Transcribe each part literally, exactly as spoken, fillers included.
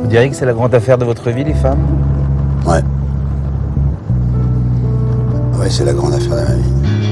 Vous diriez que c'est la grande affaire de votre vie, les femmes? Ouais. Ouais, c'est la grande affaire de ma vie.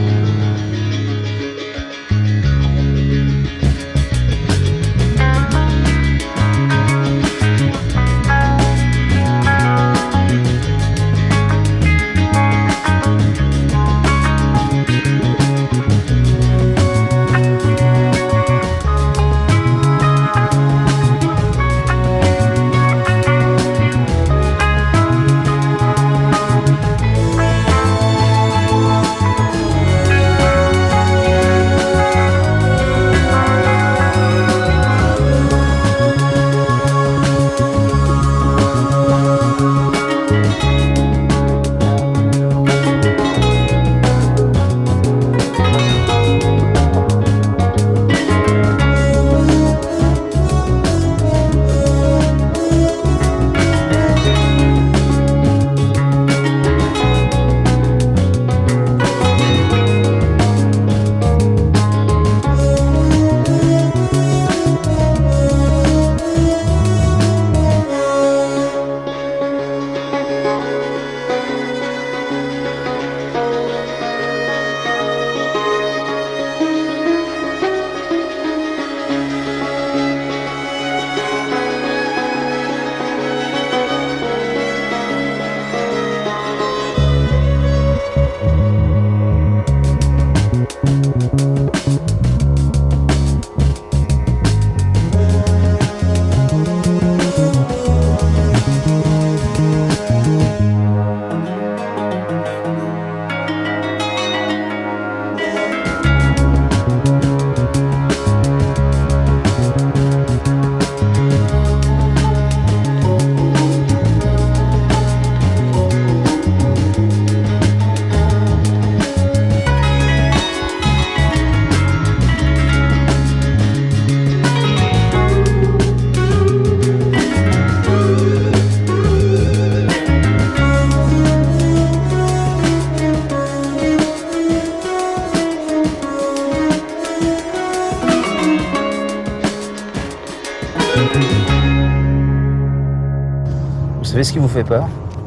Vous savez ce qui vous fait peur?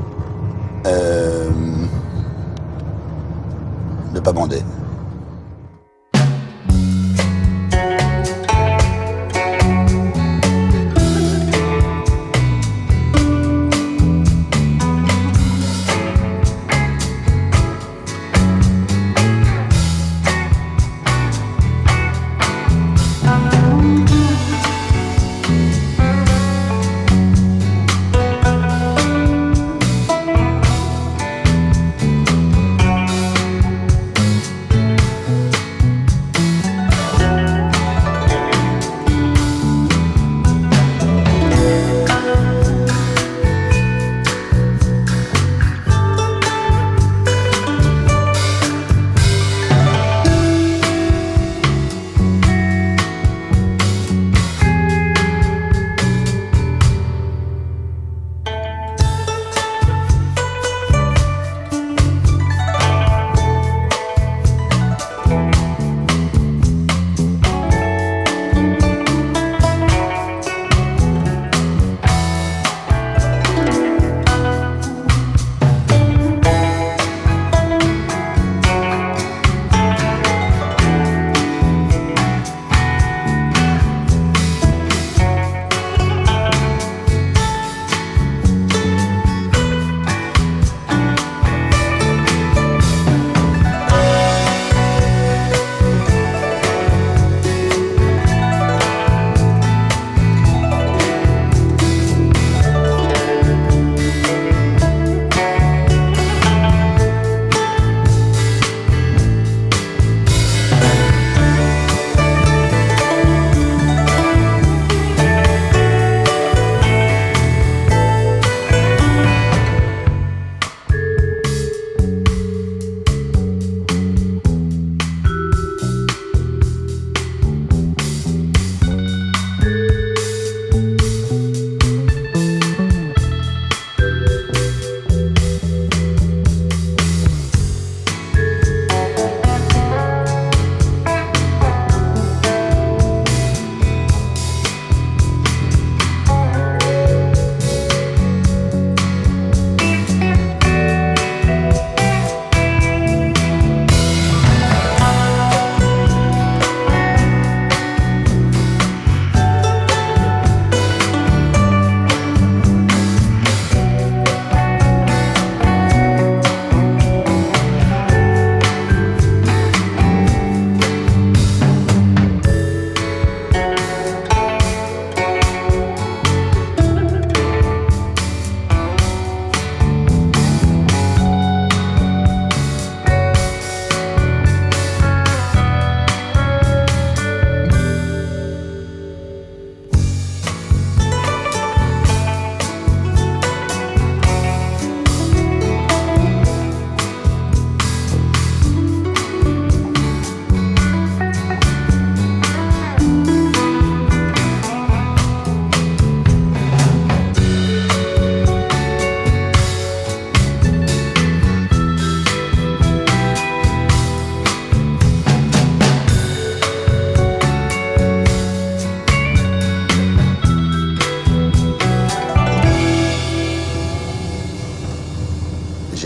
Euh... Ne pas bander.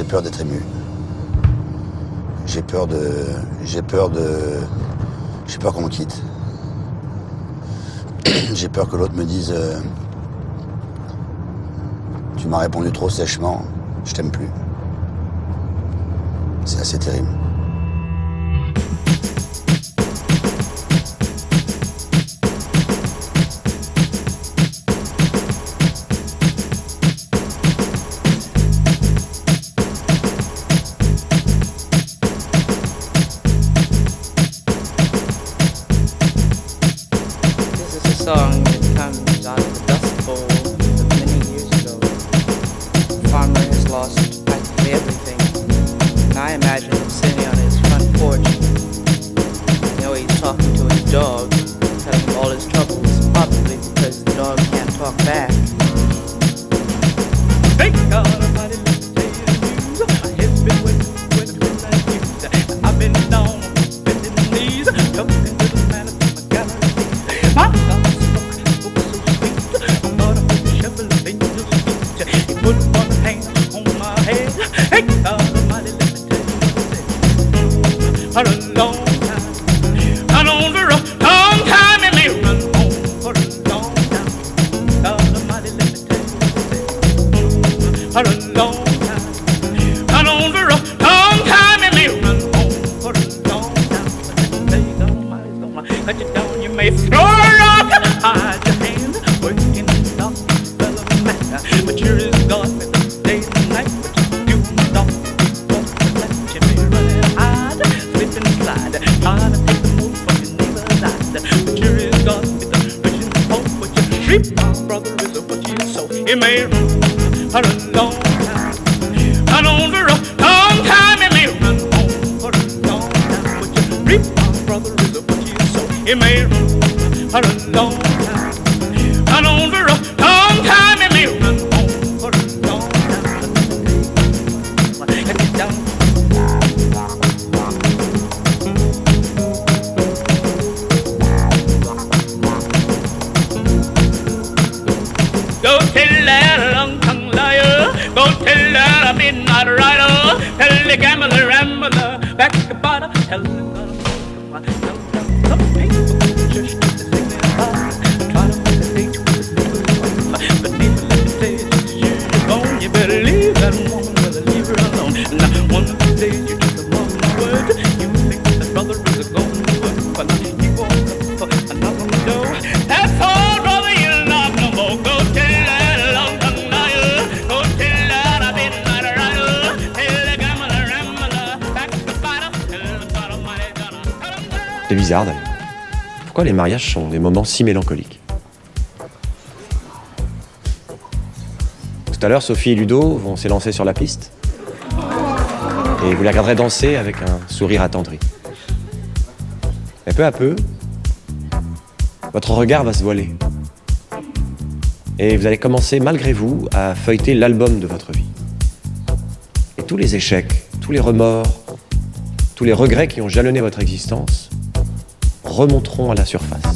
peur d'être ému. J'ai peur de... J'ai peur de... J'ai peur qu'on me quitte. J'ai peur que l'autre me dise euh, tu m'as répondu trop sèchement, je t'aime plus. C'est assez terrible. Song that comes out of the dust bowl of many years ago. The farmer has lost practically everything. And I imagine him sitting on his front porch. You know, he's talking to his dog, telling him all his troubles, probably because the dog can't talk back. Thank God Almighty, let me tell you the news. My head's been wet, wet, wet like news. I've been down on my bending knees, talking to the man of my gallery. My God. Put one hand on my head. Hey, God Almighty, let me tell you what I said. For a long time, run on for a long time, and may run on for a long time. God Almighty, let me tell you what I said. For a long time, run on for a long time, and may run on for a long time. But let me tell you, God Almighty's gonna cut you down. You may throw a rock, hide your hand, working in the dark, doesn't matter. But you're as God with the day and night. But you don't want to let you be running hard, slip and slide, trying to take the move from your neighbor's side. But you're as God with the vision and hope. What you reap, my brother, is what you sow. It may run for a long time, run on for a long time. It may run on for a long time. What you reap, my brother, is what you sow. It may run for a long time, run on for a long time. It may run on for a long time. Let me down. Go tell that long-tongued liar, go tell that midnight rider, tell the gambler, rambler, back the bottom, tell him that I'm going to some people just to sing their heart, try to make a date with the wife, but people let me say just you're gone, you better leave that woman, better leave her alone. Now one of these days you just love my word, you think that brother is a going to work, but now you won't come for a knock on the door. That's all, brother, you'll knock no more. Go tell that long-tongued liar, go tell that I've been right rider, tell the gambler, rambler, back the fighter, tell the bottom mighty gonna cut 'em down. C'est bizarre d'ailleurs. Pourquoi les mariages sont des moments si mélancoliques? Tout à l'heure, Sophie et Ludo vont s'élancer sur la piste. Et vous les regarderez danser avec un sourire attendri. Mais peu à peu, votre regard va se voiler. Et vous allez commencer, malgré vous, à feuilleter l'album de votre vie. Et tous les échecs, tous les remords, tous les regrets qui ont jalonné votre existence remonteront à la surface.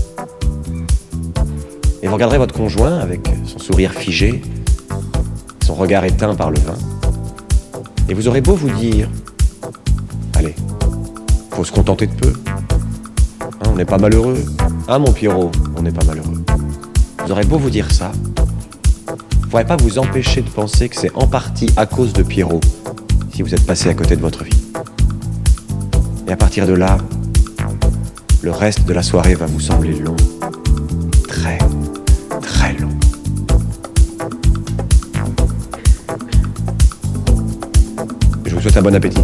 Et vous regarderez votre conjoint avec son sourire figé, son regard éteint par le vin. Et vous aurez beau vous dire « Allez, faut se contenter de peu. Hein, on n'est pas malheureux. Hein, mon Pierrot, on n'est pas malheureux. » Vous aurez beau vous dire ça, vous ne pourrez pas vous empêcher de penser que c'est en partie à cause de Pierrot si vous êtes passé à côté de votre vie. Et à partir de là, le reste de la soirée va vous sembler long, très, très long. Je vous souhaite un bon appétit.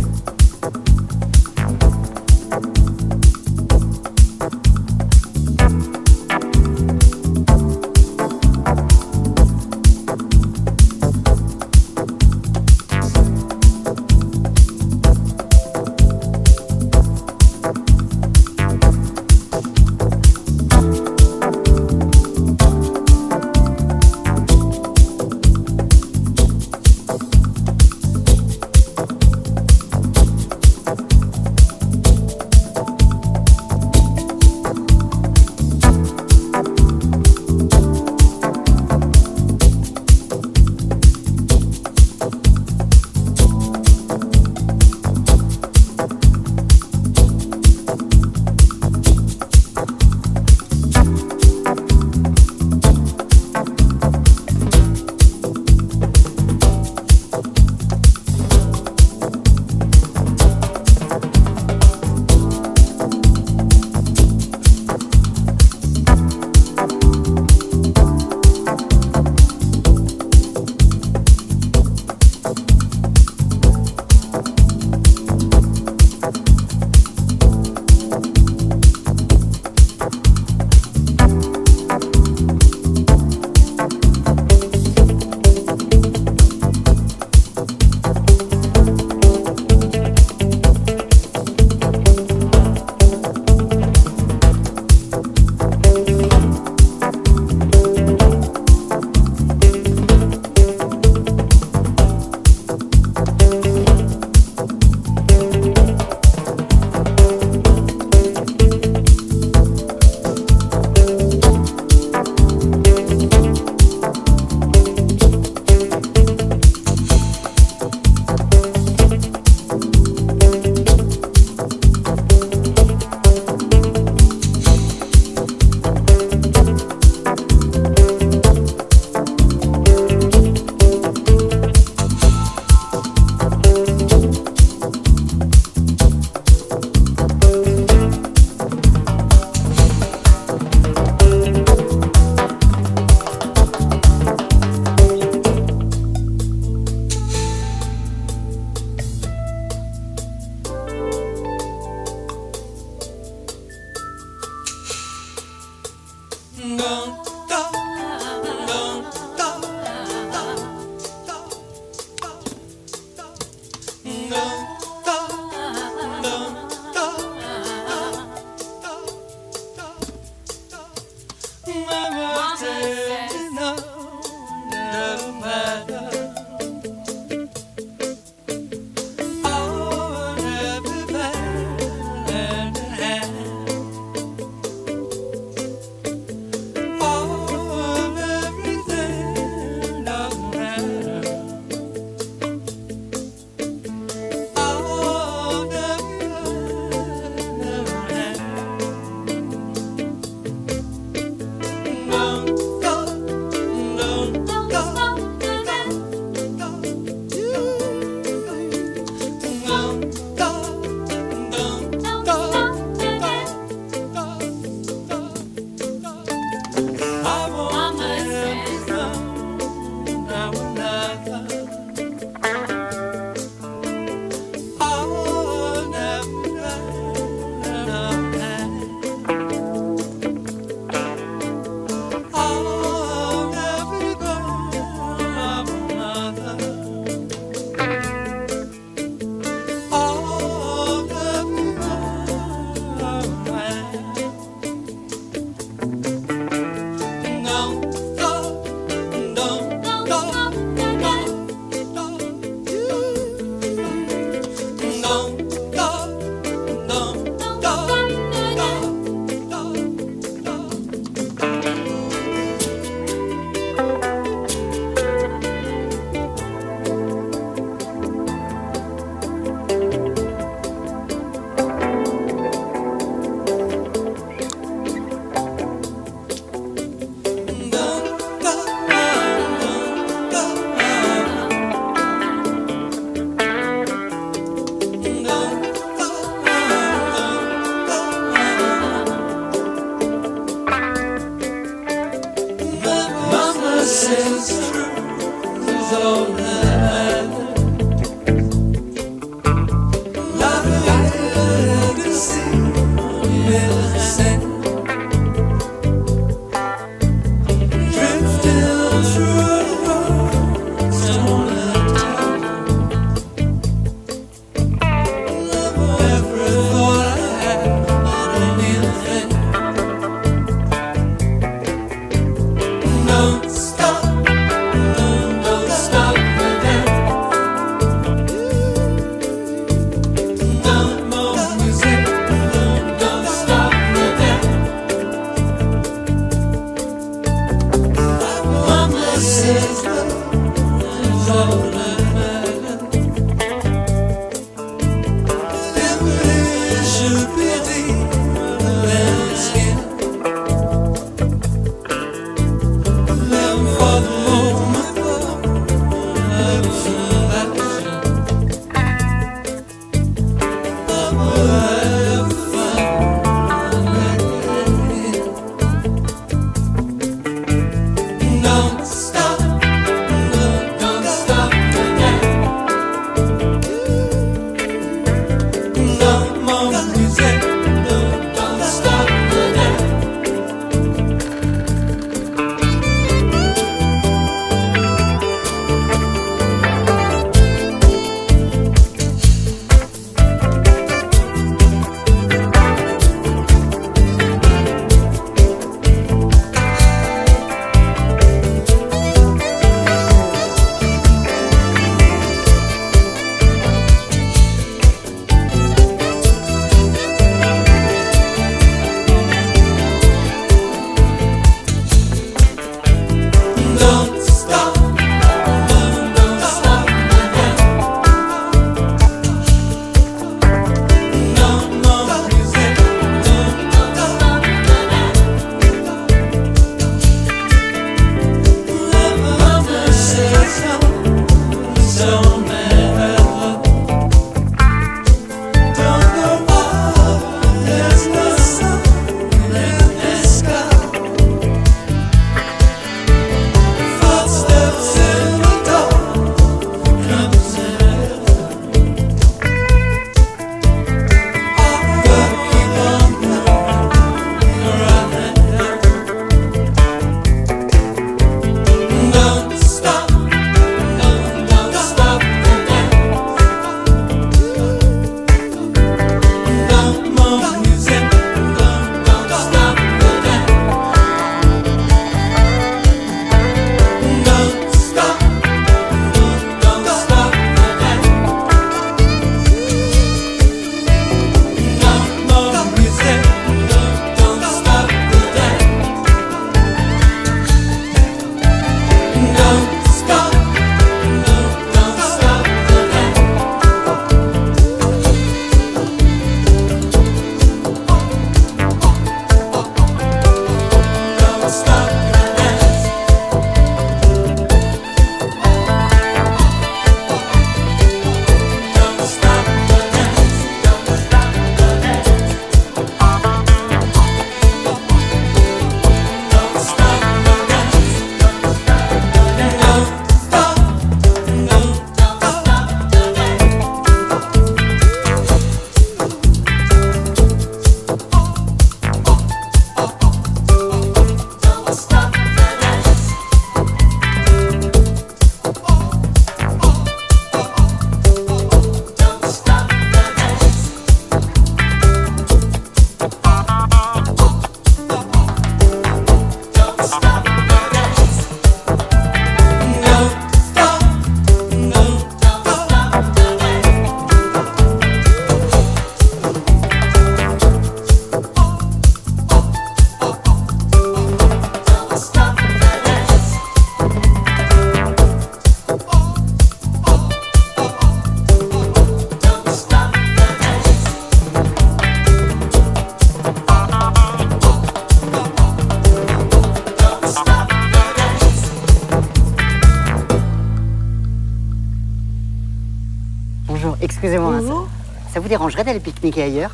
Excusez-moi, ça, ça vous dérangerait d'aller pique-niquer ailleurs?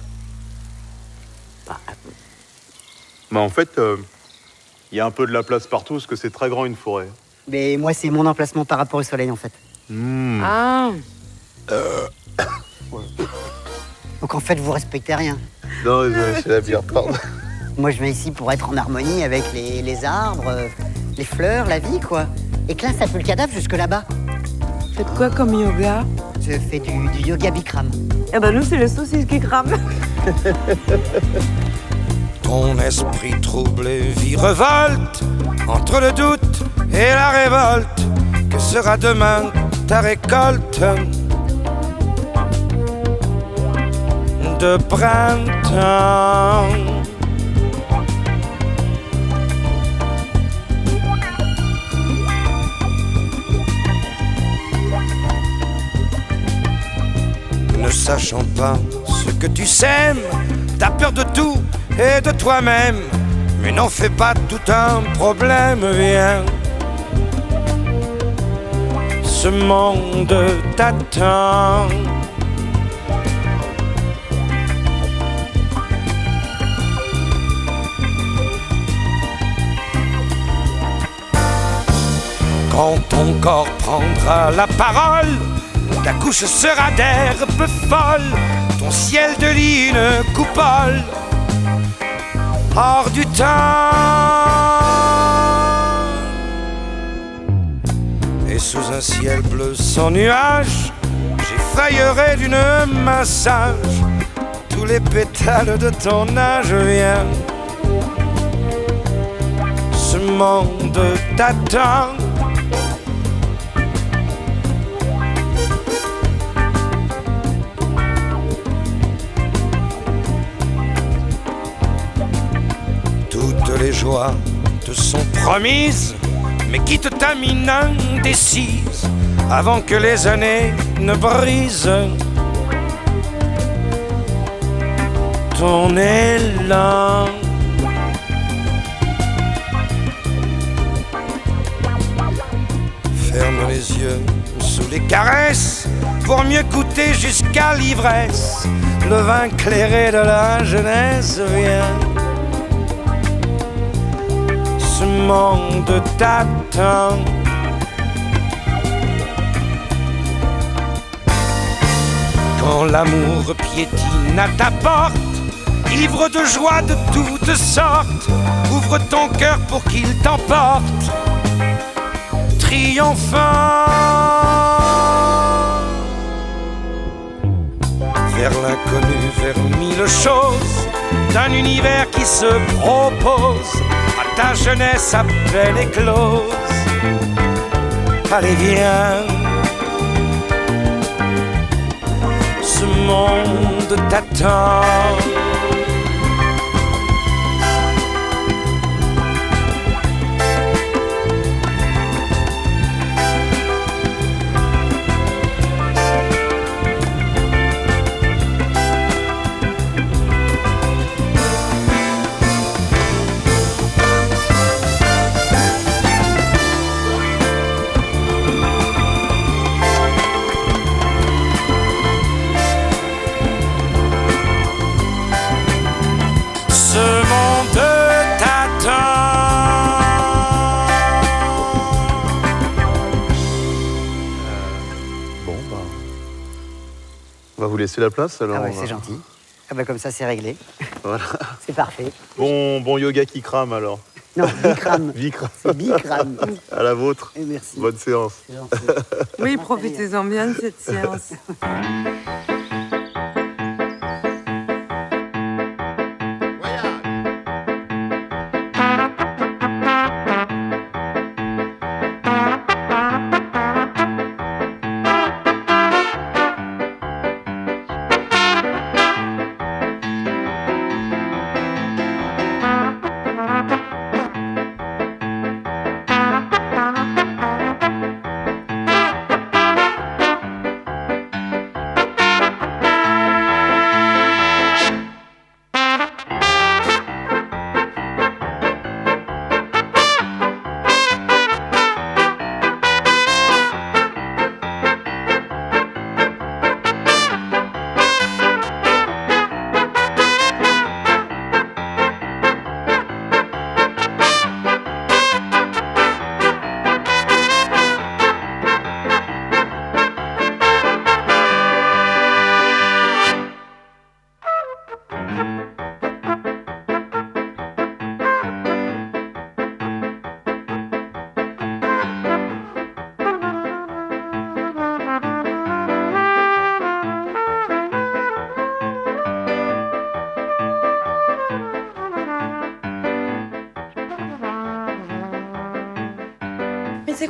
Bah, bah en fait, il euh, y a un peu de la place partout parce que c'est très grand une forêt. Mais moi, c'est mon emplacement par rapport au soleil, en fait. Mmh. Ah, Donc en fait, vous respectez rien. Non, c'est la bière, pardon. Moi, je viens ici pour être en harmonie avec les, les arbres, euh, les fleurs, la vie, quoi. Et que là, ça pue le cadavre jusque là-bas. faites quoi comme yoga? Je fais du, du yoga Bikram. Eh ben nous, c'est les saucisses qui crament. Ton esprit troublé virevolte entre le doute et la révolte. Que sera demain ta récolte de printemps? Ne sachant pas ce que tu sèmes, t'as peur de tout et de toi-même. Mais n'en fais pas tout un problème, viens. Ce monde t'attend. Quand ton corps prendra la parole, ta couche sera d'herbe folle, ton ciel de ligne coupole, hors du temps. Et sous un ciel bleu sans nuage, j'effeuillerai d'une main sage tous les pétales de ton âge, viens. Ce monde t'attend. Les joies te sont promises, mais quitte ta mine indécise avant que les années ne brisent ton élan. Ferme les yeux sous les caresses pour mieux goûter jusqu'à l'ivresse le vin clairé de la jeunesse, viens. Ce monde t'attend. Quand l'amour piétine à ta porte, ivre de joie de toutes sortes, ouvre ton cœur pour qu'il t'emporte, triomphant. Vers l'inconnu, vers mille choses, d'un univers qui se propose à ta jeunesse à peine éclose. Allez viens, ce monde t'attend. On va vous laisser la place alors. Ah ouais, va... c'est gentil. Ah bah comme ça, c'est réglé. Voilà. C'est parfait. Bon, bon yoga qui crame alors. Non, Bikram. Bikram. C'est Bikram. À la vôtre. Et merci. Bonne séance. C'est gentil. Oui, profitez-en bien de cette séance.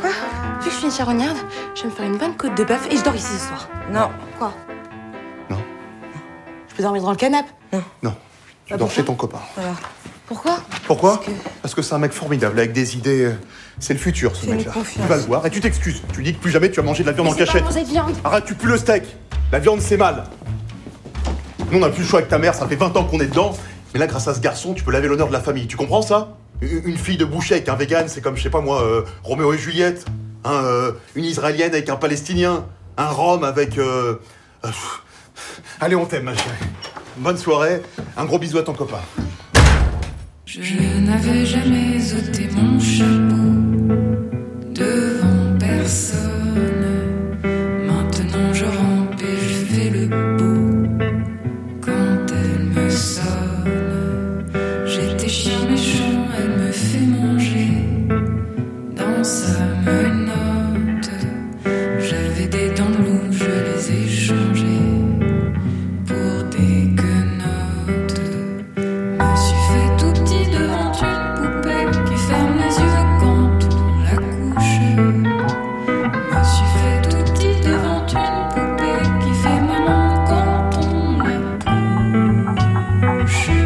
Quoi? Vu que je suis une charognarde, je vais me faire une bonne côte de bœuf et je dors ici ce soir. Non. Quoi? Non. Je peux dormir dans le canapé? Non. Tu Ah, dors pourquoi chez ton copain. Alors. Pourquoi? Pourquoi? Parce que- Parce que c'est un mec formidable, avec des idées... euh, C'est le futur, ce Fais-nous mec-là. confiance. Tu vas le voir et tu t'excuses. Tu dis que plus jamais tu vas manger de la viande en C'est pas cachette. manger de viande. Arrête, tu pues le steak. La viande, c'est mal. Nous, on n'a plus le choix avec ta mère, ça fait vingt ans qu'on est dedans. Mais là, grâce à ce garçon, tu peux laver l'honneur de la famille. Tu comprends ça? Une une fille de boucher avec un vegan, c'est comme, je sais pas moi, euh, Roméo et Juliette. Hein, euh, une Israélienne avec un Palestinien. Un Rome avec... euh, euh, pff. Allez, on t'aime, ma chérie. Bonne soirée. Un gros bisou à ton copain. Je n'avais jamais ôté mon chapeau devant personne. Maintenant je rampe et je fais le beau quand elle me sonne. J'étais chien méchant, elle me fait manger dans sa menotte. J'avais des dents de loup, je les ai changées pour des quenottes. Me suis fait tout petit devant une poupée qui ferme les yeux quand on la couche. Me suis fait tout petit devant une poupée qui fait maman quand on la couche.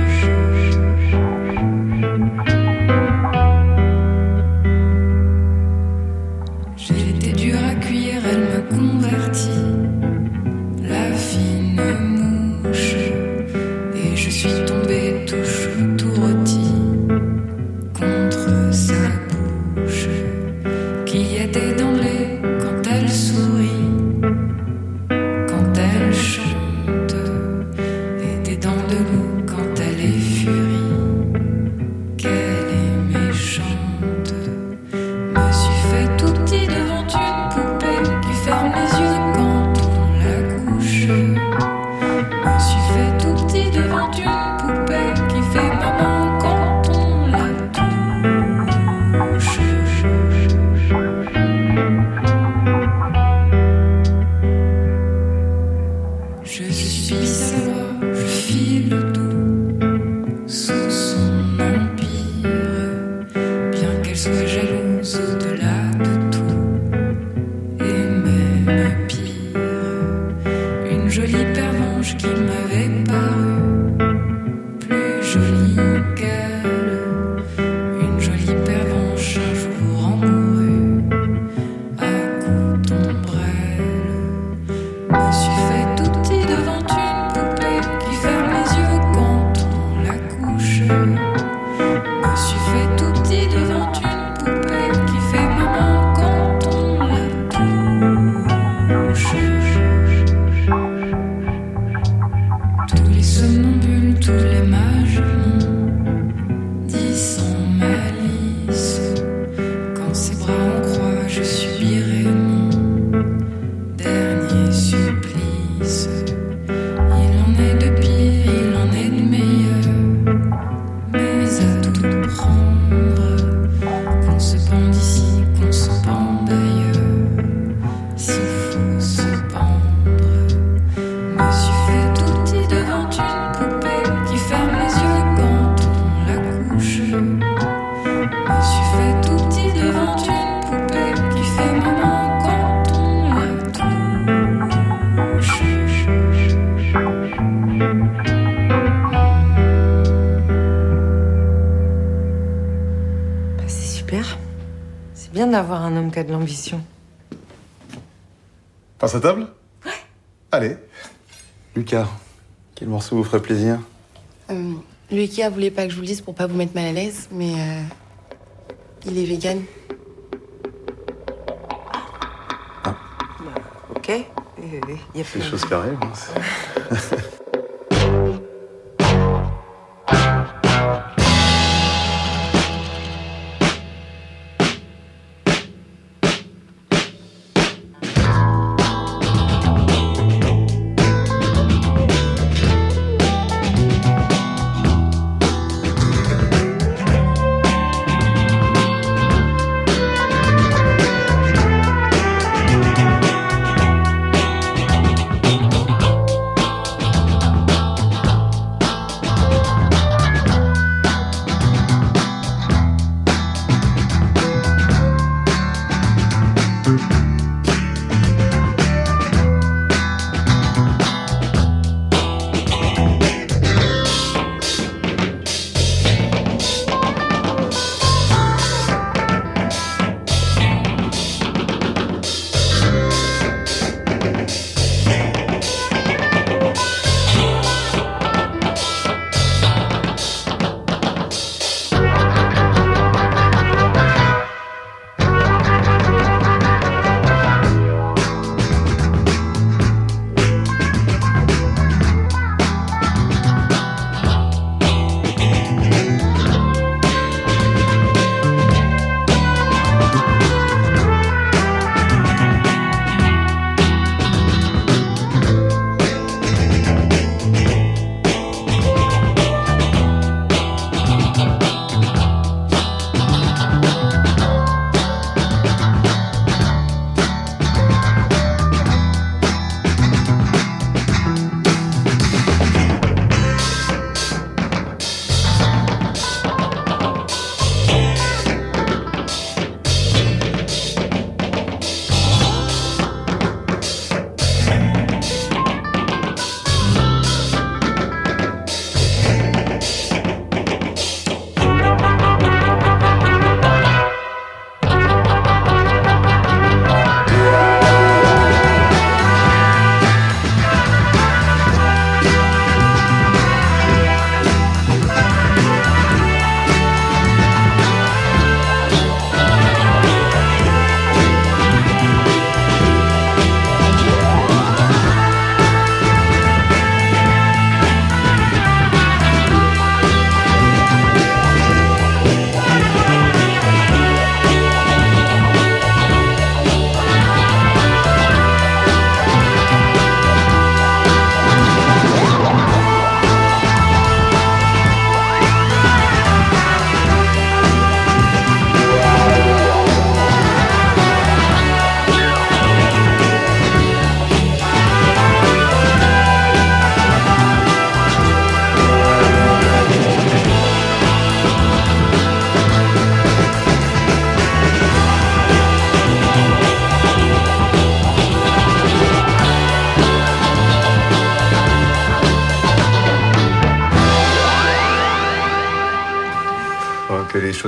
J'ai été dure à cuire, elle me convertit, la fine mouche. Et je suis tombée tout chou, tout rôti contre sa bouche, qui a des dents de lait quand elle sourit, quand elle chante, et des dents de loup quand elle est furie, qu'elle est méchante. Me suis fait tout petit devant une poupée qui ferme les yeux quand on la couche. Me suis fait tout petit devant une poupée qui fait maman quand on la touche. Je suis sa loi, je file doux sous son empire, bien qu'elle soit jalouse au-delà de tout, et même pire. Une jolie pervenche qui m'avait paru plus jolie qu'elle. Une jolie pervenche un jour en mourut à coups d'ombrelle. Me suis fait tout petit devant une poupée qui ferme les yeux quand on la couche. Me suis fait tout petit devant une poupée qui fait maman quand on la touche. Tous les somnambules, tous les mages m'ont dit sans malice qu'en ses bras on croit je subirai mon dernier supplice. Il en est de pire, il en est de meilleur, mais à tout prendre, qu'on se pende ici, qu'on se pende ailleurs, s'il faut se pendre. Me suis fait tout petit devant une poupée qui ferme les yeux quand on la couche. Me suis fait tout petit devant une poupée qui fait maman quand on la touche. Bah, c'est super. C'est bien d'avoir un homme qui a de l'ambition. Passe à table? Ouais. Allez. Lucas, quel morceau vous ferait plaisir? Euh, le Ikea voulait pas que je vous le dise pour pas vous mettre mal à l'aise, mais euh, il est vegan. Ok. Il y a C'est des choses qui arrivent. hein, c'est-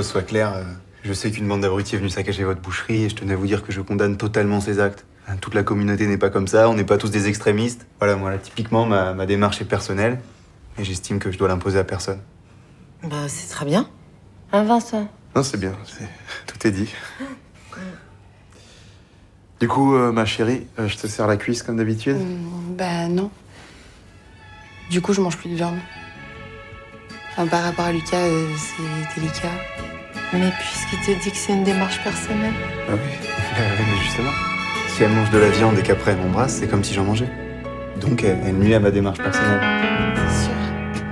choses soient claires, euh, je sais qu'une bande d'abrutis est venue saccager votre boucherie et je tenais à vous dire que je condamne totalement ces actes. Toute la communauté n'est pas comme ça, on n'est pas tous des extrémistes. Voilà, moi là, typiquement, ma, ma démarche est personnelle et j'estime que je dois l'imposer à personne. Bah, c'est très bien. Hein, Vincent? Non, c'est bien, c'est... tout est dit. Du coup, euh, ma chérie, euh, je te sers la cuisse comme d'habitude? Mmh, bah non. Du coup, je mange plus de viande. Enfin, par rapport à Lucas, euh, c'est délicat. Mais puisqu'il te dit que c'est une démarche personnelle. Ah oui, bah, oui, mais justement. Si elle mange de la viande et qu'après elle m'embrasse, c'est comme si j'en mangeais. Donc elle, elle nuit à ma démarche personnelle. C'est sûr.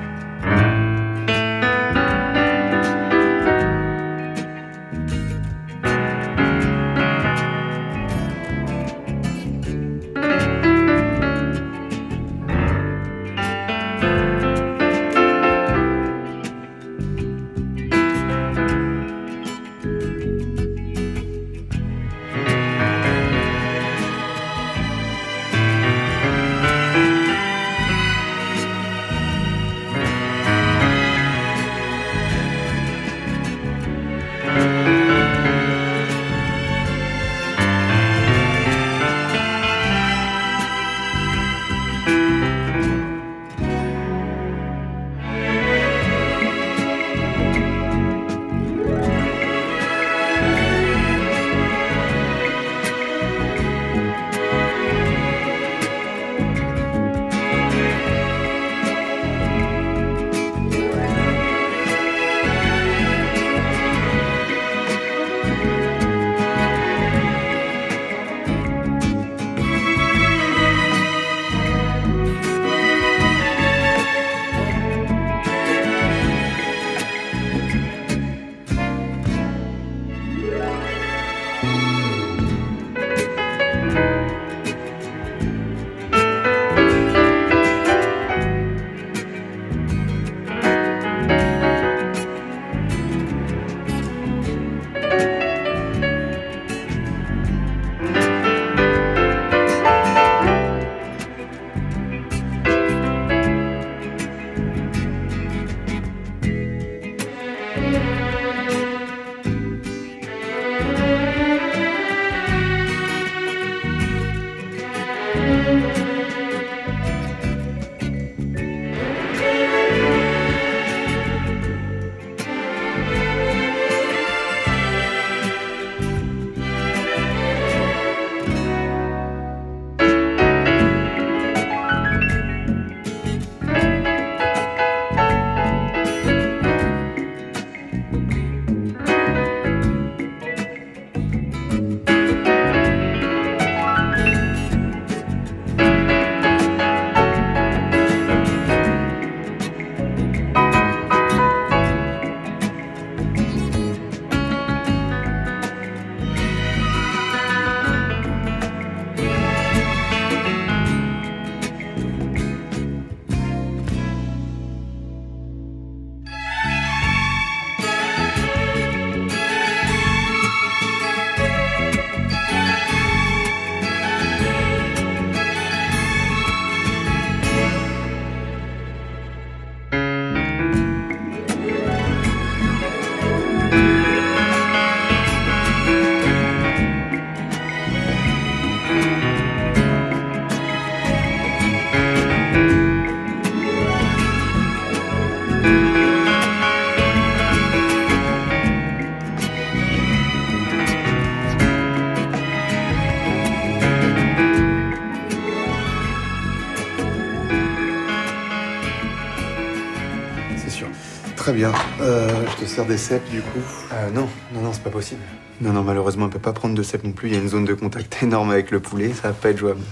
Très bien. Euh, je te sers des cèpes, du coup. Euh, non, non, non, c'est pas possible. Non, non, malheureusement, elle peut pas prendre de cèpes non plus. Il y a une zone de contact énorme avec le poulet. Ça va pas être jouable.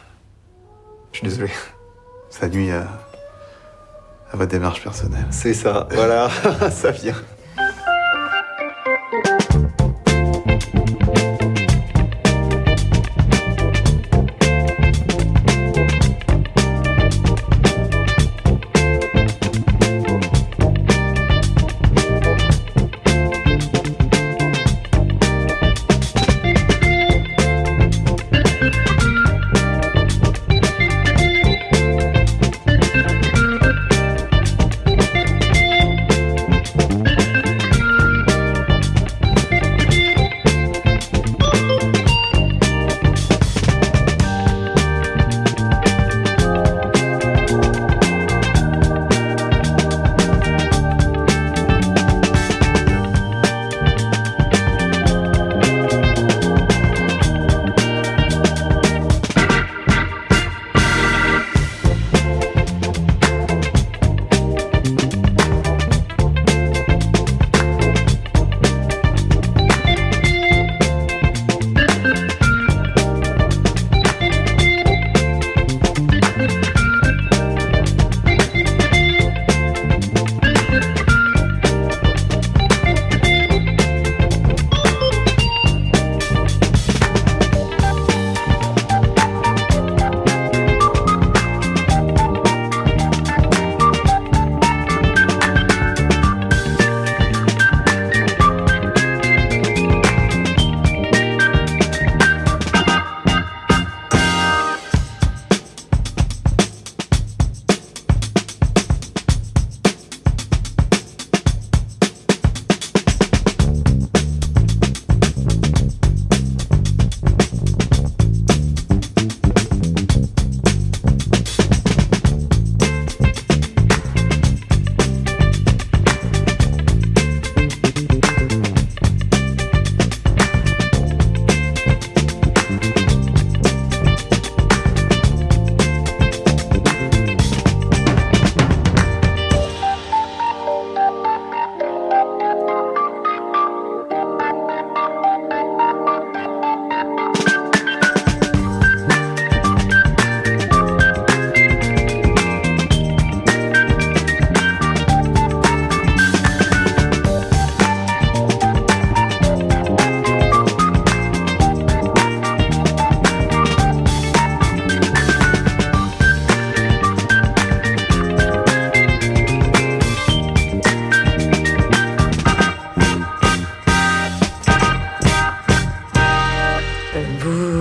Je suis désolé. Ça nuit à... à votre démarche personnelle. C'est ça, voilà. Ça vient.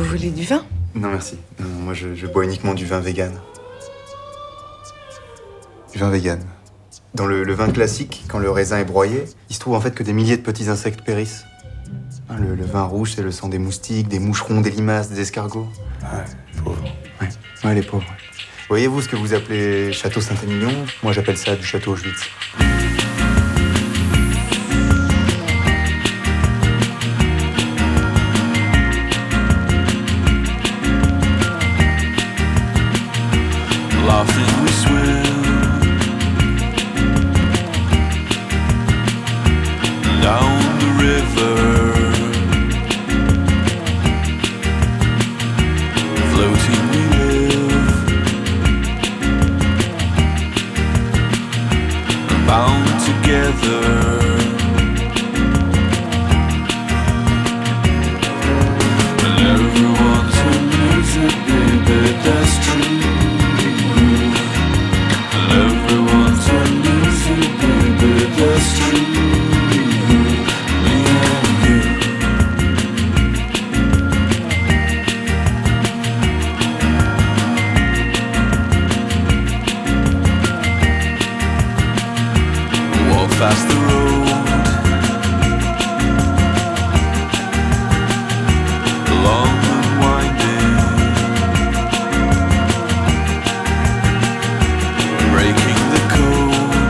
voulez du vin? Non, merci. Non, moi, je, je bois uniquement du vin vegan. Du vin vegan. Dans le, le vin classique, quand le raisin est broyé, il se trouve en fait que des milliers de petits insectes périssent. Hein, le, le vin rouge, c'est le sang des moustiques, des moucherons, des limaces, des escargots. Ouais, pauvre. Ouais, ouais les pauvres. Voyez-vous ce que vous appelez château Saint-Émilion? Moi, j'appelle ça du château Auschwitz. Laughing we swim down the river, floating we live, bound together. And everyone's a music, baby, that's true. Everyone's a music, baby, that's true. Me and you. Walk past the road, long and winding, breaking the code.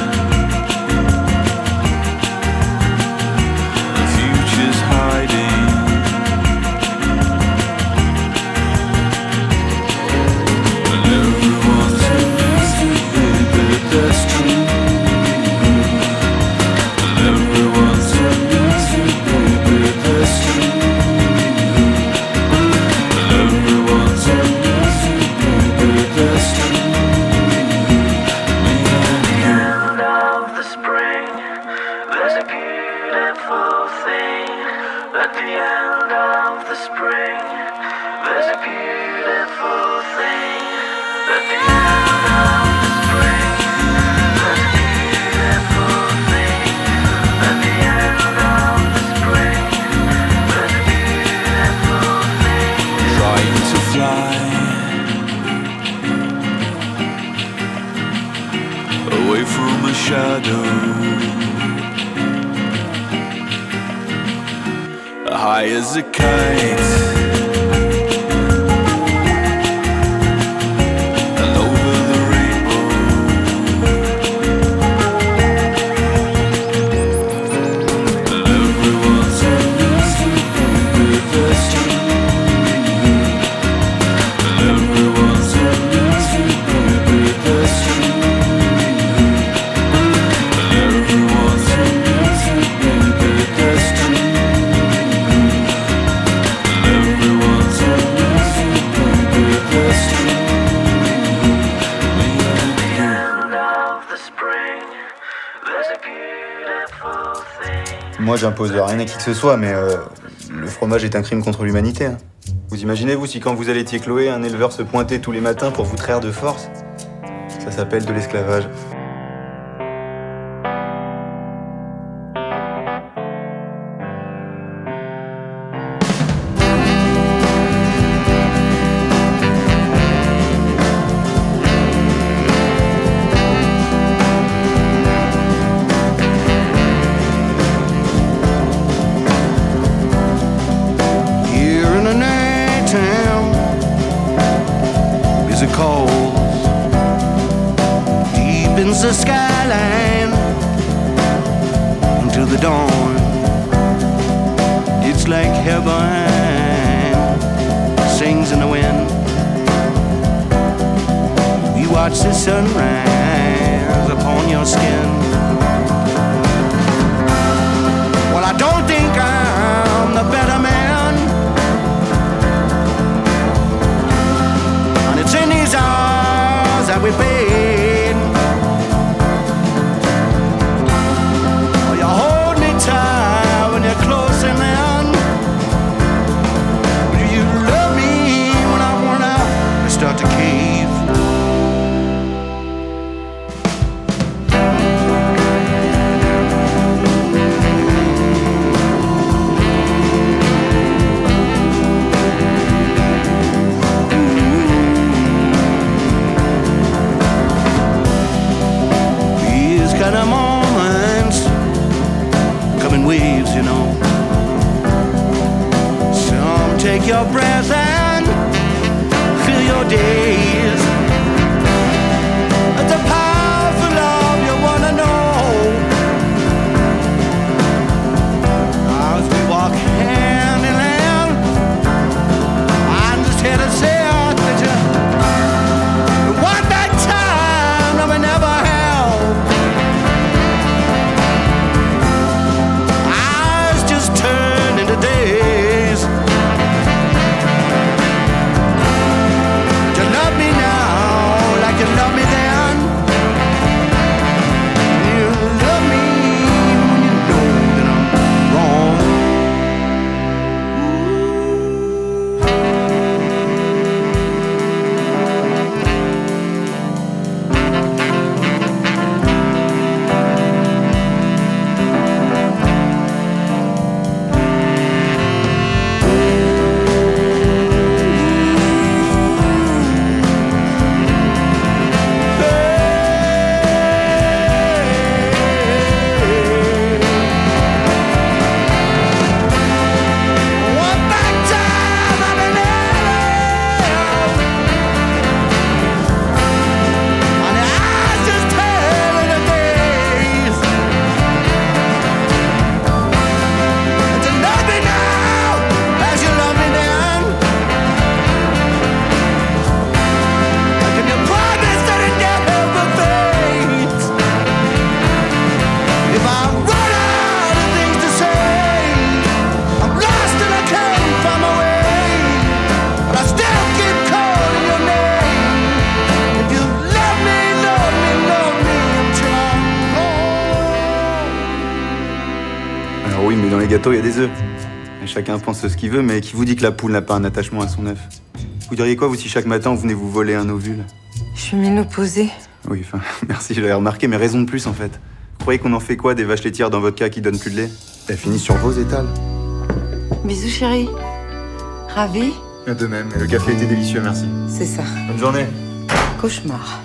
The future's hiding. And everyone's a music, baby, that's true. And everyone's a music, baby, that's true. And everyone's a music, baby, that's true. End of the spring, there's a beautiful thing. At the end of the spring, there's a beautiful thing. At the end of the spring, there's a beautiful thing. At the end of the spring, there's a beautiful thing. Trying to fly away from a shadow, high as a kite, and over the rainbow. And everyone's a music, baby, that's true. And everyone's a music, baby, that's true. And everyone's a music, baby, that's true. And everyone's a music, baby, that's true. Me and you. End of the spring, there's a beautiful thing. Moi, j'impose rien à qui que ce soit, mais euh, le fromage est un crime contre l'humanité. Hein. Vous imaginez, vous, si quand vous allaitiez Chloé, un éleveur se pointait tous les matins pour vous traire de force? Ça s'appelle de l'esclavage. Here in the night town is a cold, deep in the skyline until the dawn. It's like heaven sings in the wind. You watch the sunrise upon your skin. Well, I don't think I'm the better man, and it's in these hours that we paid. Well, you hold me tight when you're close in hand. Will you love me when I worn out and start to cave? take your breath and fill your days. The powerful love you wanna know. As we walk hand in hand, I'm just here to say that you one that time that we never held. Eyes just turn into days. You love me now like you love me then. Gâteau, il y a des œufs. Et chacun pense ce qu'il veut, mais qui vous dit que la poule n'a pas un attachement à son œuf? Vous diriez quoi, vous, si chaque matin, vous venez vous voler un ovule? Je suis ménopausée. Oui, enfin, merci, je l'avais remarqué, mais raison de plus, en fait. Vous croyez qu'on en fait quoi, des vaches laitières dans votre cas qui donnent plus de lait? Elles finissent sur vos étals. Bisous, chérie. Ravie? De même, et le café était délicieux, merci. C'est ça. Bonne journée. Cauchemar.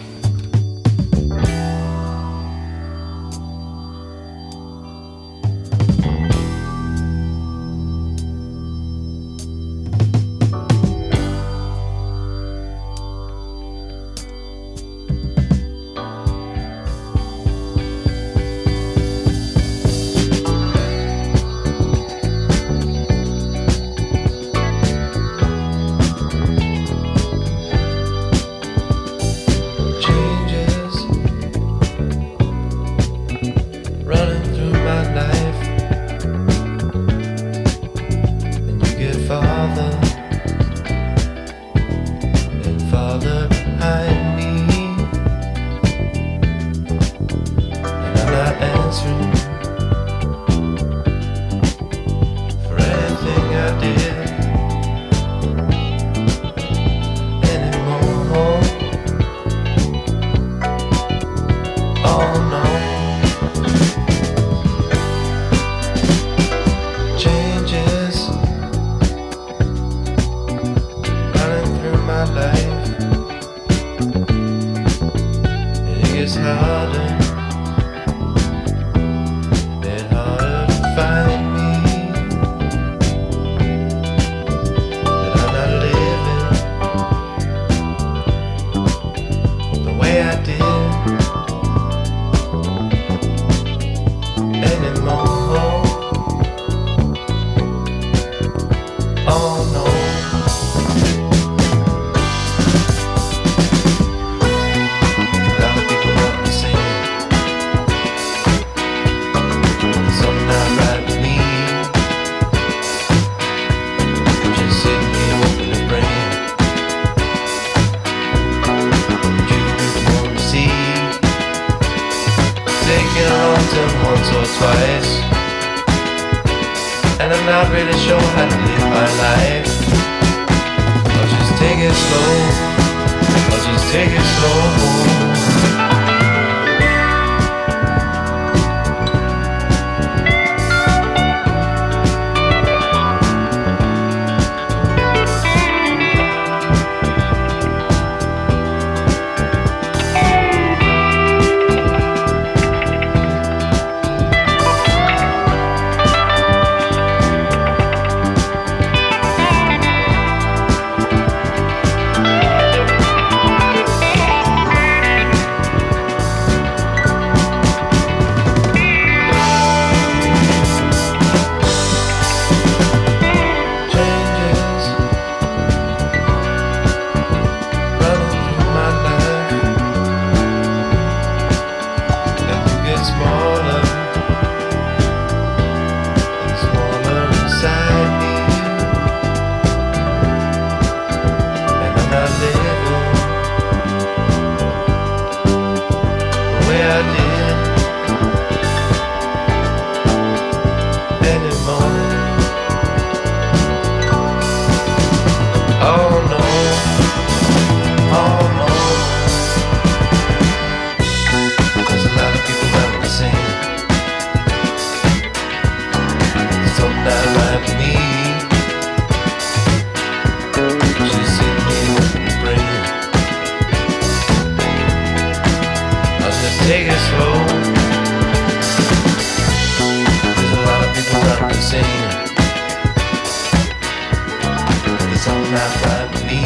snap at me.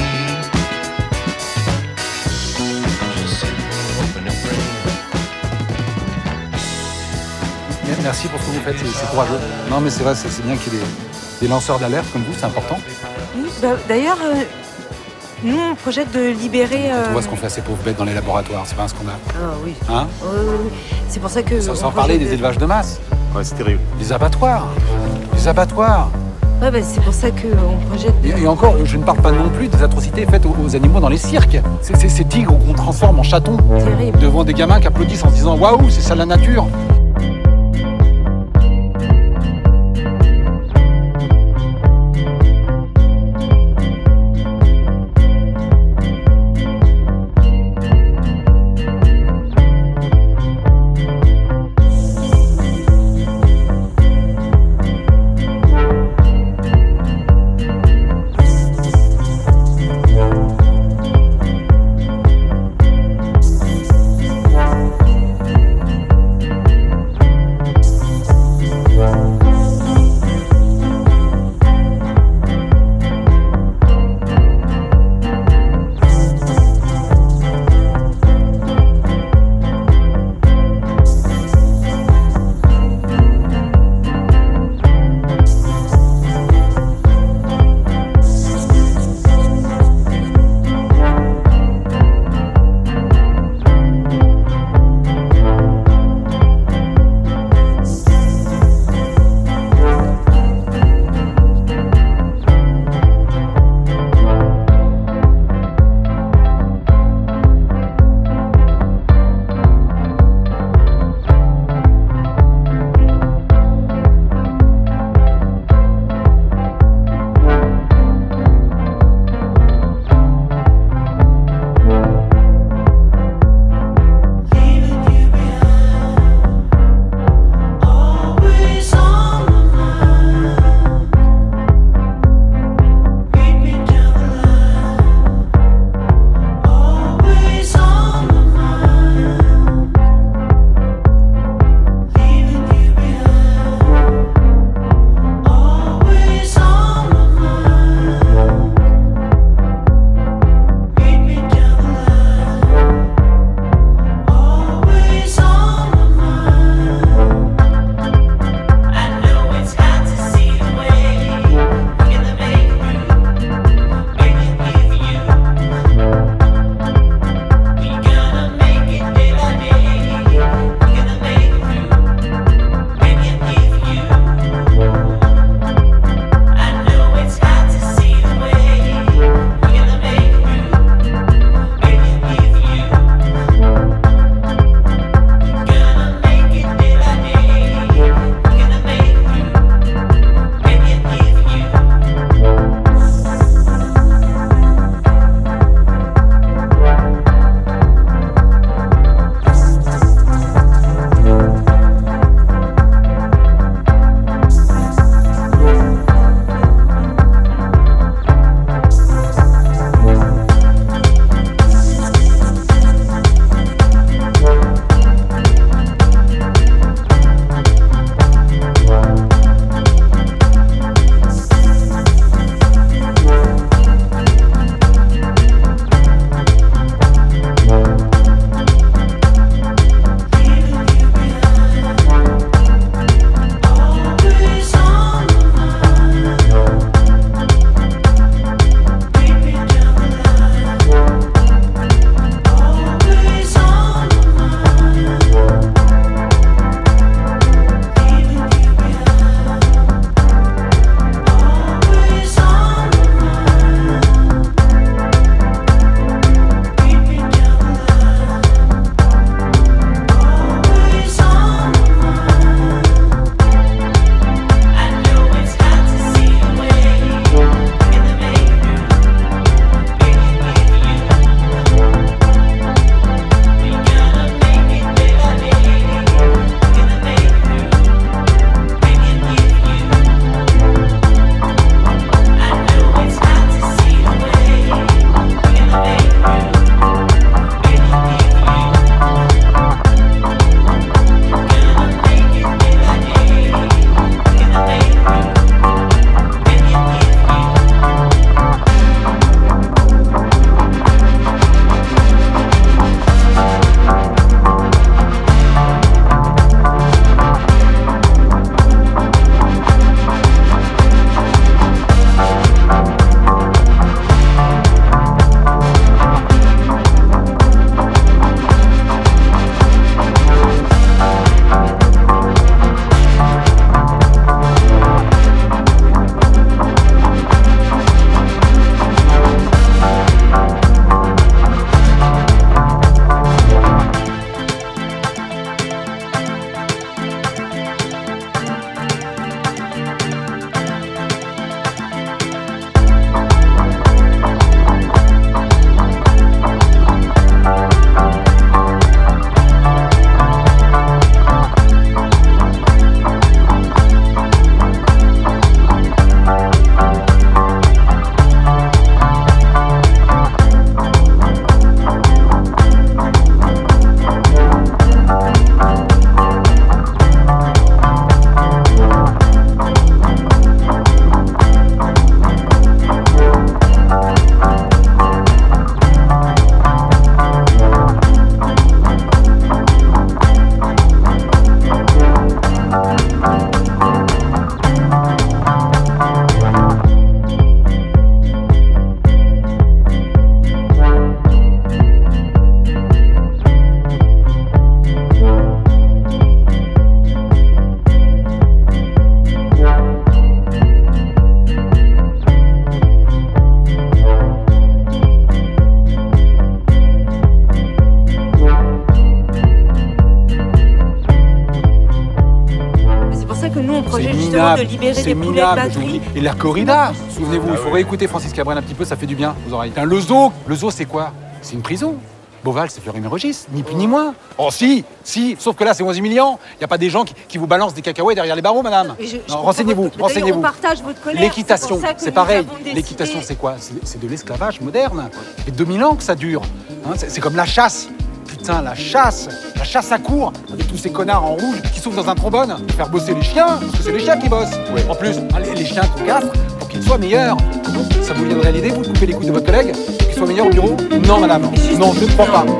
Just sitting hoping to bring. Merci pour ce que vous faites, c'est, c'est courageux. Non mais c'est vrai, c'est, c'est bien qu'il y ait des, des lanceurs d'alerte comme vous, c'est important. Oui, bah, d'ailleurs, euh, nous on projette de libérer... Euh... Tu vois ce qu'on fait à ces pauvres bêtes dans les laboratoires, c'est pas un scandale. Ah oui. Hein euh, C'est pour ça que... Sans, sans parler des de... élevages de masse. Ouais, c'est terrible. Les abattoirs. Les abattoirs. Ouais, bah, c'est pour ça qu'on projette... De... Et, et encore, je ne parle pas non plus des atrocités faites aux, aux animaux dans les cirques. C'est, c'est ces tigres qu'on transforme en chatons. Terrible. Devant des gamins qui applaudissent en se disant « Waouh, c'est ça la nature !» minable. de libérer C'est des poulets de minable, batterie. j'oublie. Et la corrida, souvenez-vous, il faut réécouter Francis Cabrel un petit peu, ça fait du bien aux oreilles. Putain, le zoo, le zoo c'est quoi? C'est une prison. Beauval, c'est Fleury-Mérogis, ni plus ni moins. Oh si, si, sauf que là c'est moins humiliant. Il n'y a pas des gens qui, qui vous balancent des cacahuètes derrière les barreaux, madame. Mais je- je Non, comprends renseignez-vous, votre- D'ailleurs, renseignez-vous. on partage votre colère, L'équitation, c'est pour ça que c'est nous pareil. avons décidé- L'équitation, c'est quoi? C'est c'est de l'esclavage moderne. Ça fait deux mille ans que ça dure. Hein, c'est c'est comme la chasse. Putain, la chasse, la chasse à court, avec tous ces connards en rouge qui souffrent dans un trombone, faire bosser les chiens, parce que c'est les chiens qui bossent. En plus, hein, les, les chiens qu'on castre, pour qu'ils soient meilleurs. Ça vous viendrait à l'idée, vous, de couper les couilles de votre collègue, pour qu'il soit meilleur au bureau? Non, madame, non, je ne crois pas.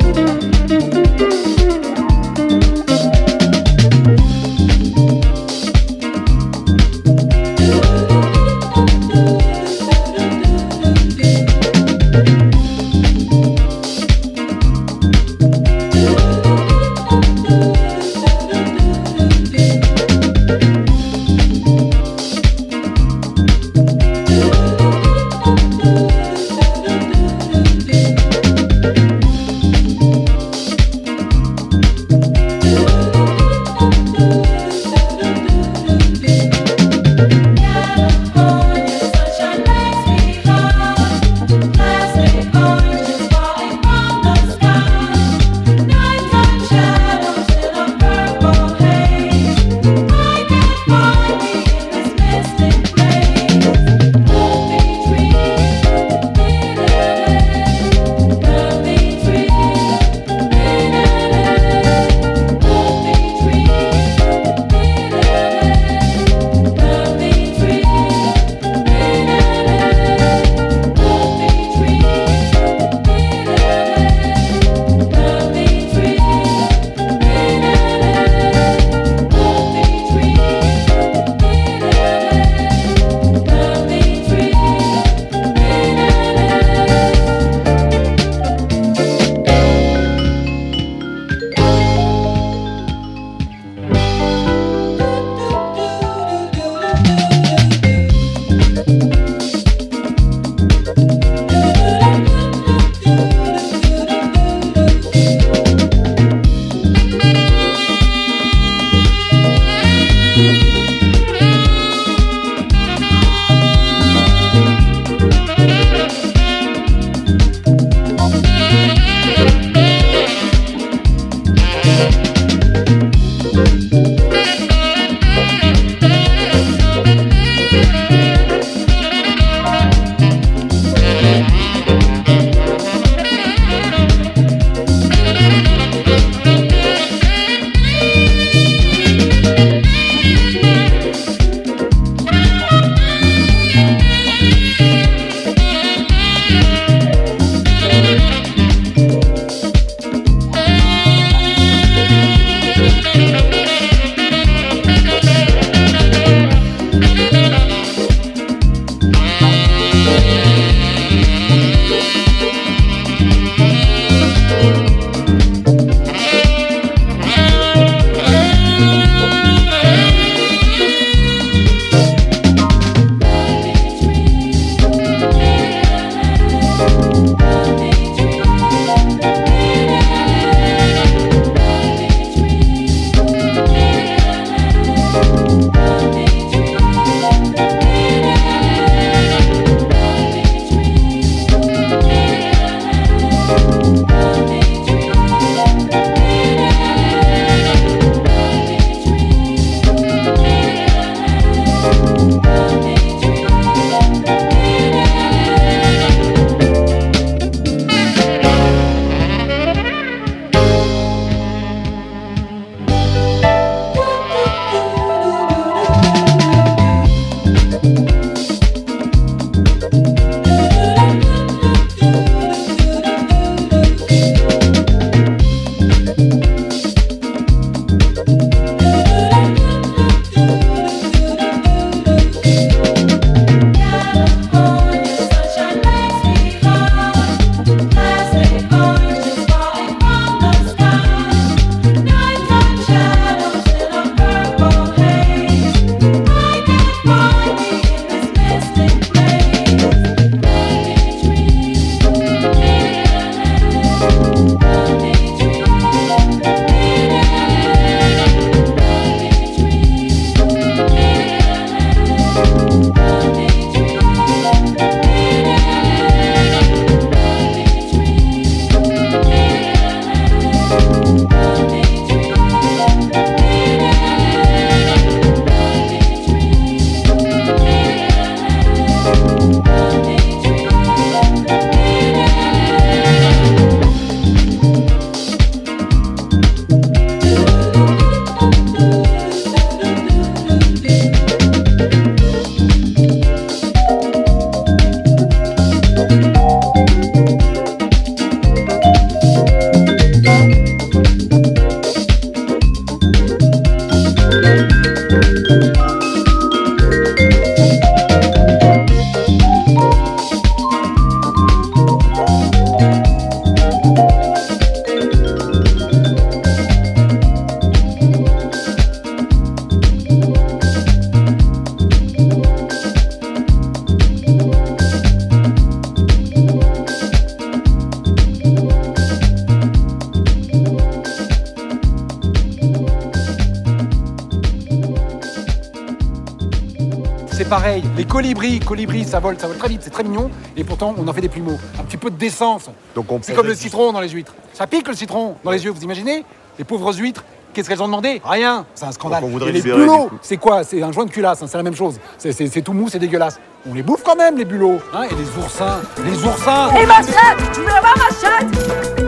pareil. Les colibris, colibris, ça vole, ça vole très vite, c'est très mignon. Et pourtant, on en fait des plumeaux. Un petit peu de décence. Donc on C'est comme le citron dans les huîtres. Ça pique le citron dans les yeux, vous imaginez? Les pauvres huîtres, qu'est-ce qu'elles ont demandé? Rien. C'est un scandale. Donc on voudrait Et les libérer, bulots, du coup. c'est quoi? C'est un joint de culasse, hein, c'est la même chose. C'est, c'est, c'est tout mou, c'est dégueulasse. On les bouffe quand même, les bulots. Hein, et les oursins, les oursins. Et ma chatte! Tu veux avoir ma chatte?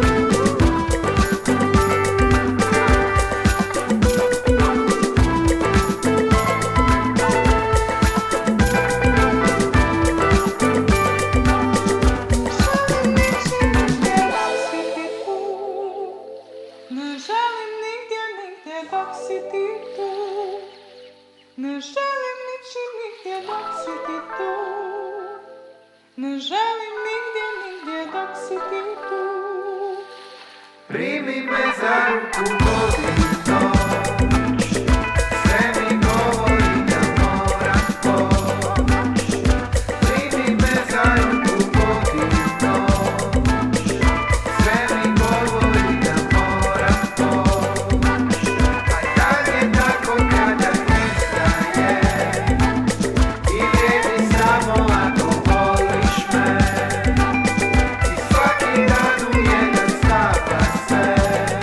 Primi me za ruku vodi noć, sve mi govori da moram poć. Primi me za ruku vodi noć, sve mi govori da moram poć. A tad je tako kada nestaje i vrijedi samo ako voliš me. I svaki dan u jedan stava se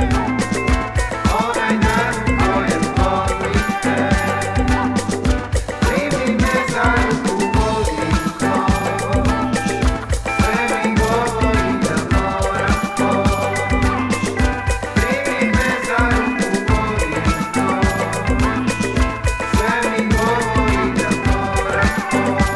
onaj dan u kojem volim te. Primi me za ruku vodim noć, sve mi govori da moram poć. Primi me za ruku vodim noć, sve mi govori da moram poć.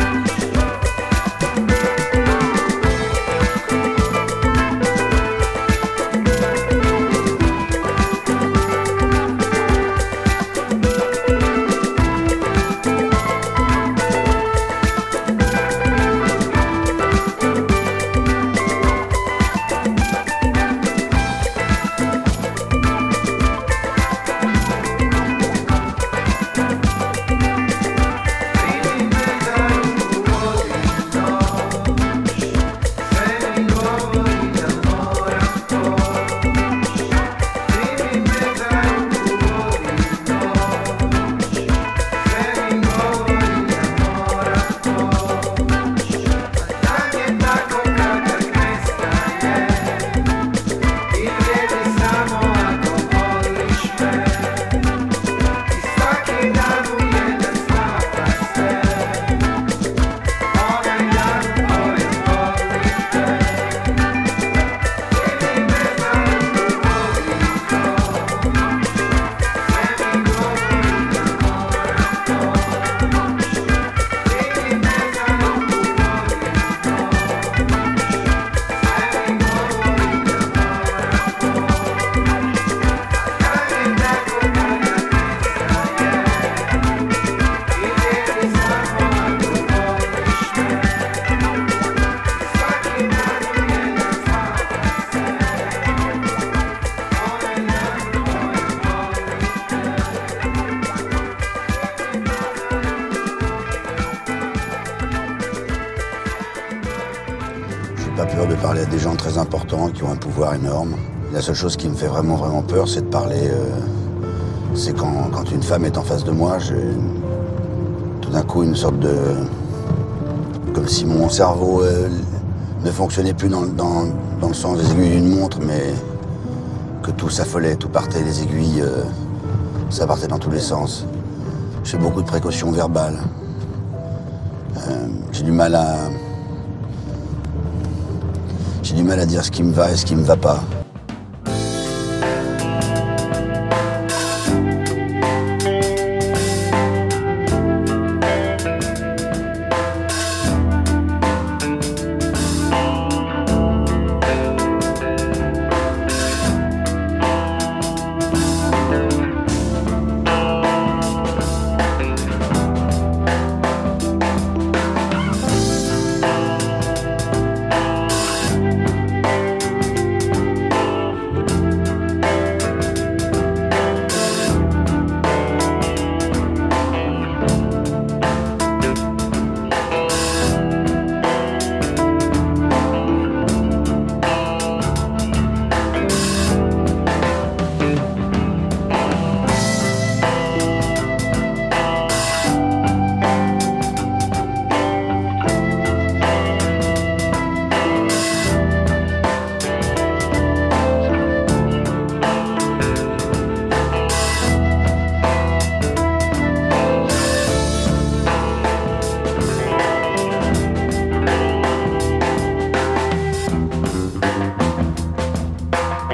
J'ai pas peur de parler à des gens très importants qui ont un pouvoir énorme. La seule chose qui me fait vraiment vraiment peur, c'est de parler. Euh, c'est quand, quand une femme est en face de moi, j'ai tout d'un coup une sorte de. Comme si mon cerveau euh, ne fonctionnait plus dans, dans, dans le sens des aiguilles d'une montre, mais que tout s'affolait, tout partait, les aiguilles, euh, ça partait dans tous les sens. J'ai beaucoup de précautions verbales. Euh, j'ai du mal à. J'ai du mal à dire ce qui me va et ce qui me va pas.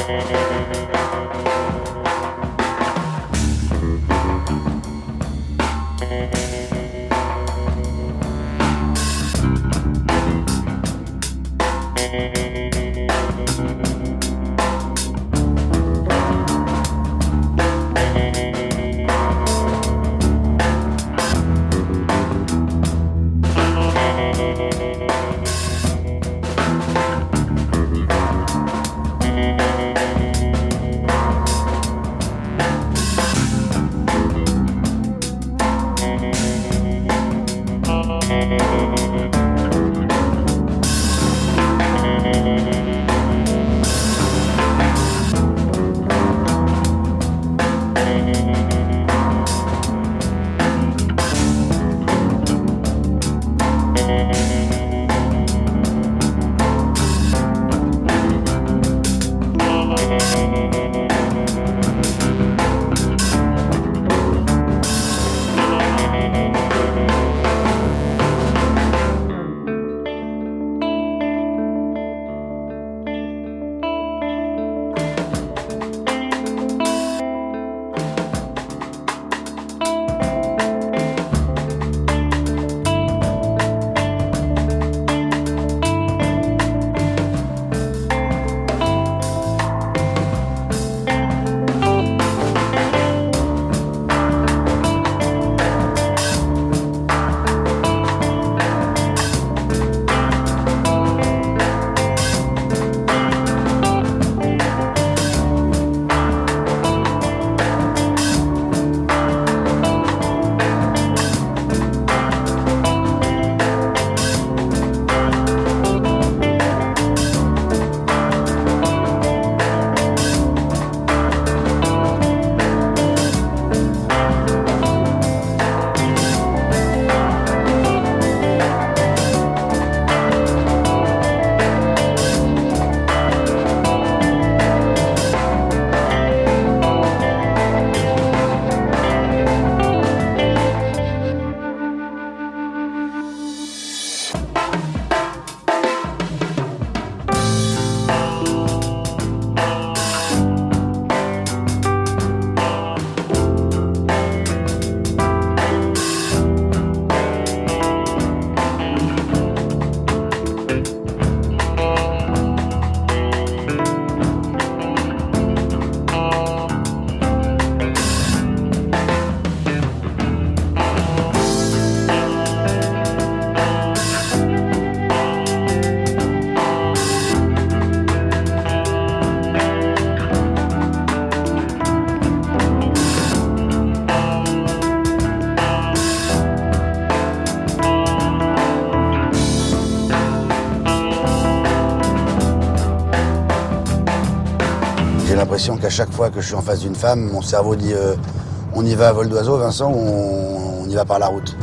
J'ai l'impression qu'à chaque fois que je suis en face d'une femme, mon cerveau dit euh, on y va à vol d'oiseau, Vincent, ou on, on y va par la route.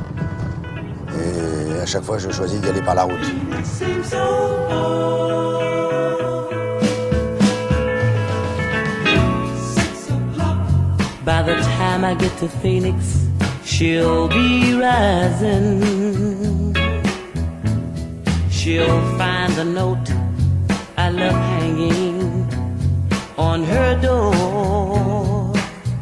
Et à chaque fois, je choisis d'y aller par la route. By the time I get to Phoenix, she'll be rising. She'll find the note I left hanging on her door.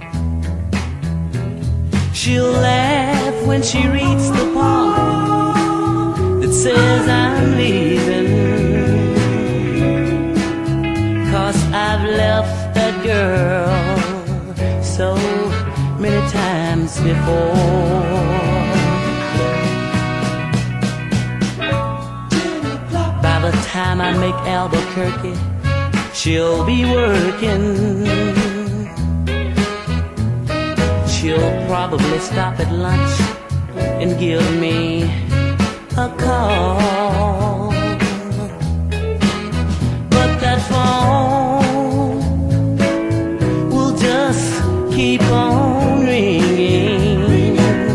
She'll laugh when she reads the part that says I'm leaving, 'cause I've left that girl so many times before. By the time I make Albuquerque, she'll be working. She'll probably stop at lunch and give me a call. But that phone will just keep on ringing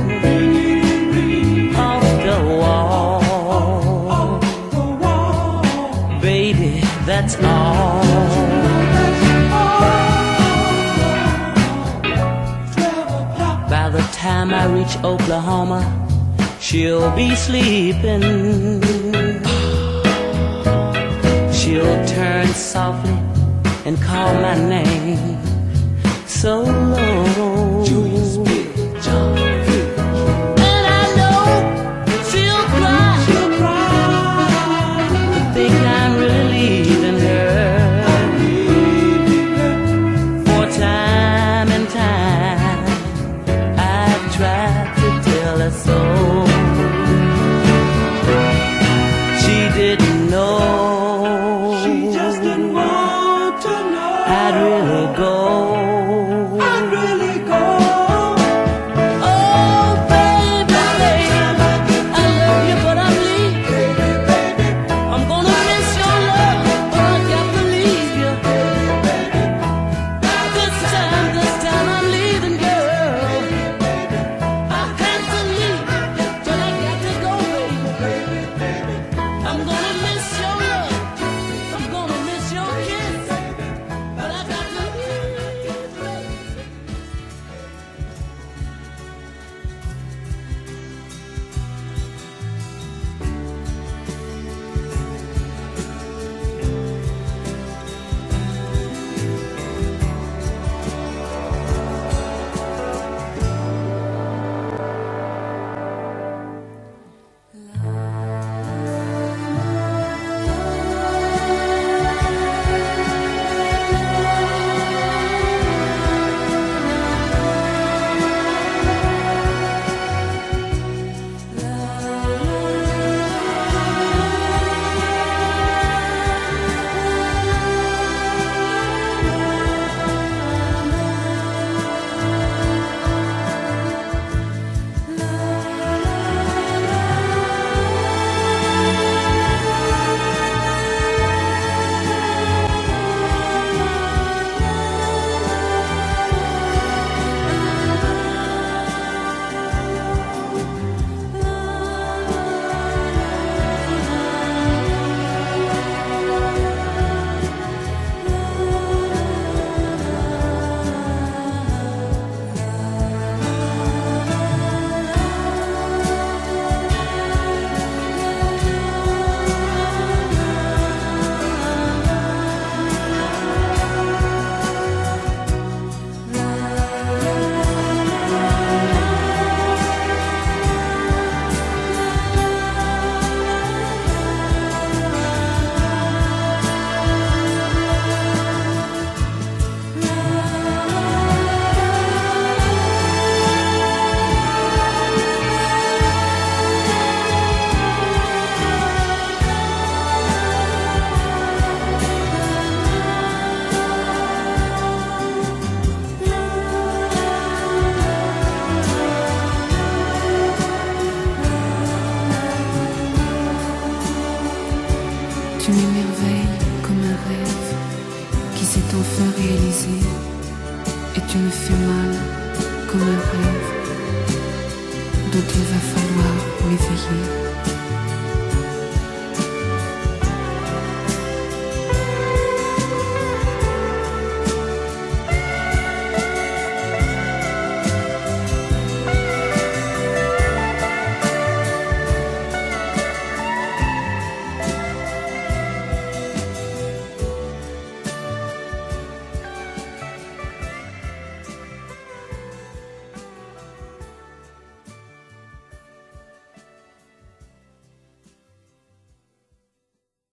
off the wall. Baby, that's all. By the time I reach Oklahoma, she'll be sleeping. She'll turn softly and call my name so low. Julius B. John B. And I know she'll cry, she'll cry, think I'm really leaving her. For time and time I've tried to tell her so. She didn't know. She just didn't want to know. I'd really go. I'd really go. Oh, baby, baby, I love you, but I'm leaving. Baby, baby, I'm gonna miss your love, but I got to leave you. Baby, baby, this time, this time I'm leaving, girl. I had to leave, but I got to go, baby. I'm gonna miss your love, I'm gonna miss your kiss, but I got to leave, baby. Tu m'émerveilles comme un rêve qui s'est enfin réalisé, et tu me fais mal comme un rêve dont il va falloir m'éveiller.